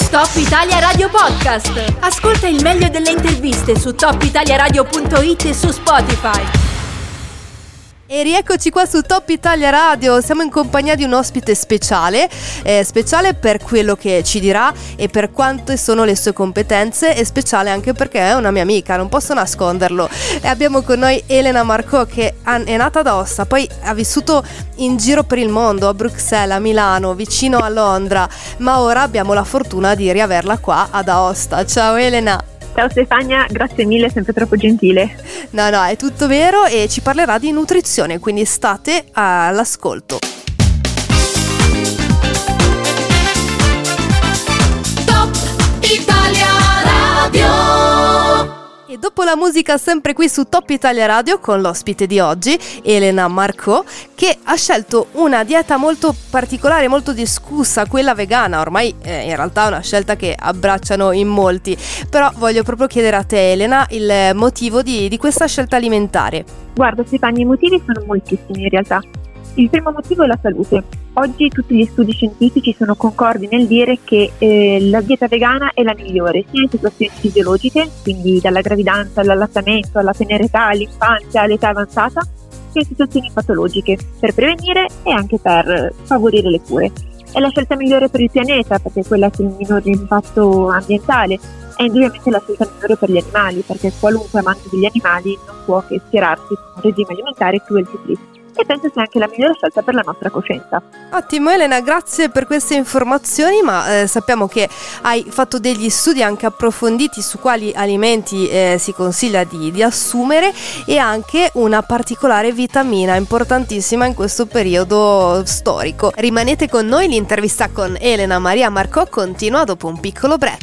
Top Italia Radio Podcast. Ascolta il meglio delle interviste su topitaliaradio.it e su Spotify. E rieccoci qua su Top Italia Radio, siamo in compagnia di un ospite speciale per quello che ci dirà e per quante sono le sue competenze, e speciale anche perché è una mia amica, non posso nasconderlo. E abbiamo con noi Elena Marcò, che è nata ad Aosta, poi ha vissuto in giro per il mondo, a Bruxelles, a Milano, vicino a Londra, ma ora abbiamo la fortuna di riaverla qua ad Aosta. Ciao Elena! Ciao Stefania, grazie mille, sempre troppo gentile. No, è tutto vero, e ci parlerà di nutrizione, quindi state all'ascolto. Top Italia Radio. E dopo la musica, sempre qui su Top Italia Radio, con l'ospite di oggi, Elena Marcò, che ha scelto una dieta molto particolare, molto discussa, quella vegana. Ormai in realtà è una scelta che abbracciano in molti, però voglio proprio chiedere a te, Elena, il motivo di questa scelta alimentare. Guarda Stefania, i motivi sono moltissimi in realtà. Il primo motivo è la salute. Oggi tutti gli studi scientifici sono concordi nel dire che la dieta vegana è la migliore, sia in situazioni fisiologiche, quindi dalla gravidanza all'allattamento, alla tenera età, all'infanzia, all'età avanzata, sia in situazioni patologiche, per prevenire e anche per favorire le cure. È la scelta migliore per il pianeta, perché è quella con il minor impatto ambientale. È indubbiamente la scelta migliore per gli animali, perché qualunque amante degli animali non può che schierarsi su un regime alimentare cruelty free. E penso sia anche la migliore scelta per la nostra coscienza. Ottimo Elena, grazie per queste informazioni, ma sappiamo che hai fatto degli studi anche approfonditi su quali alimenti si consiglia di assumere, e anche una particolare vitamina importantissima in questo periodo storico. Rimanete con noi, l'intervista con Elena Maria Marcò continua dopo un piccolo break.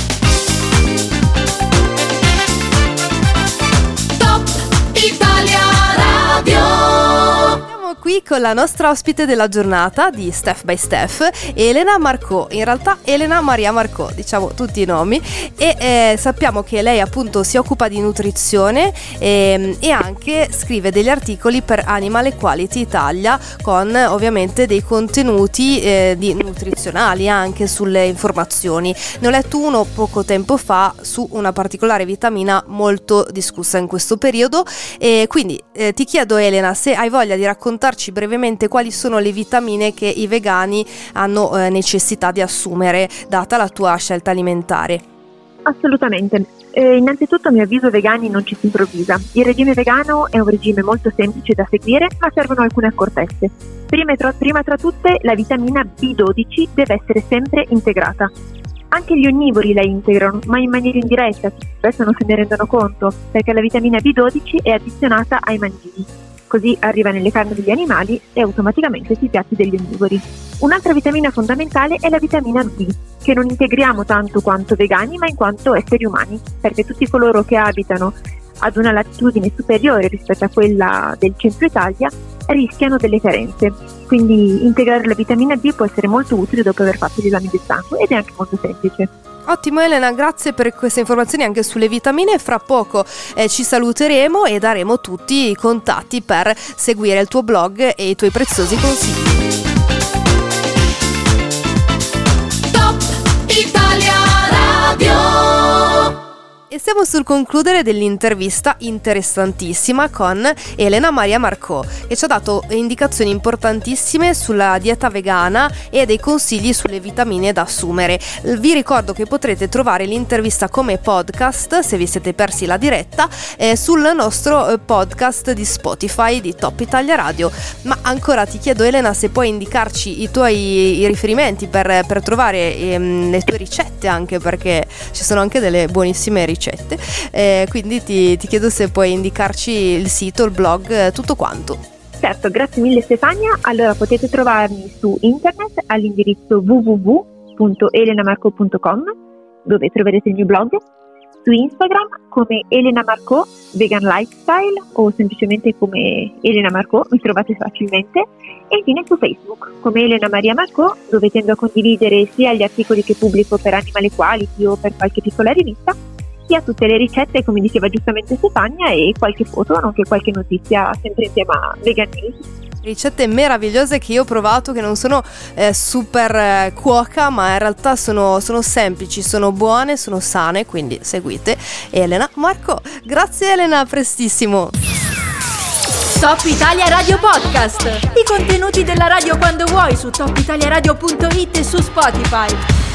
Top Italia Radio. Qui con la nostra ospite della giornata di Step by Step, Elena Marcò, in realtà Elena Maria Marcò, diciamo tutti i nomi, e sappiamo che lei appunto si occupa di nutrizione e anche scrive degli articoli per Animal Equality Italia, con ovviamente dei contenuti nutrizionali anche sulle informazioni. Ne ho letto uno poco tempo fa su una particolare vitamina molto discussa in questo periodo, e quindi ti chiedo Elena se hai voglia di raccontarci brevemente quali sono le vitamine che i vegani hanno necessità di assumere, data la tua scelta alimentare. Assolutamente. Innanzitutto, a mio avviso, vegani non ci si improvvisa. Il regime vegano è un regime molto semplice da seguire, ma servono alcune accortezze. Prima tra tutte, la vitamina B12 deve essere sempre integrata. Anche gli onnivori la integrano, ma in maniera indiretta, spesso non se ne rendono conto, perché la vitamina B12 è addizionata ai mangimi. Così arriva nelle carni degli animali e automaticamente sui piatti degli onnivori. Un'altra vitamina fondamentale è la vitamina B, che non integriamo tanto quanto vegani, ma in quanto esseri umani, perché tutti coloro che abitano ad una latitudine superiore rispetto a quella del centro Italia rischiano delle carenze. Quindi integrare la vitamina B può essere molto utile dopo aver fatto gli esami del sangue, ed è anche molto semplice. Ottimo Elena, grazie per queste informazioni anche sulle vitamine. Fra poco ci saluteremo e daremo tutti i contatti per seguire il tuo blog e i tuoi preziosi consigli. Top Italia Radio. E siamo sul concludere dell'intervista interessantissima con Elena Maria Marcò, che ci ha dato indicazioni importantissime sulla dieta vegana e dei consigli sulle vitamine da assumere. Vi ricordo che potrete trovare l'intervista come podcast, se vi siete persi la diretta, sul nostro podcast di Spotify di Top Italia Radio. Ma ancora ti chiedo Elena se puoi indicarci i riferimenti per trovare le tue ricette, anche perché ci sono anche delle buonissime ricette. Quindi ti chiedo se puoi indicarci il sito, il blog, tutto quanto. Certo, grazie mille Stefania. Allora potete trovarmi su internet all'indirizzo www.elenamarco.com, dove troverete il mio blog, su Instagram come Elena Marcò Vegan Lifestyle, o semplicemente come Elena Marcò, mi trovate facilmente, e infine su Facebook come Elena Maria Marcò, dove tendo a condividere sia gli articoli che pubblico per Animal Equality o per qualche piccola rivista, sia tutte le ricette, come diceva giustamente Stefania, e qualche foto, nonché qualche notizia sempre in tema vegan news. Ricette meravigliose che io ho provato, che non sono super cuoca, ma in realtà sono semplici, sono buone, sono sane, quindi seguite Elena Marco. Grazie Elena, a prestissimo. Top Italia Radio Podcast. I contenuti della radio quando vuoi su topitaliaradio.it e su Spotify.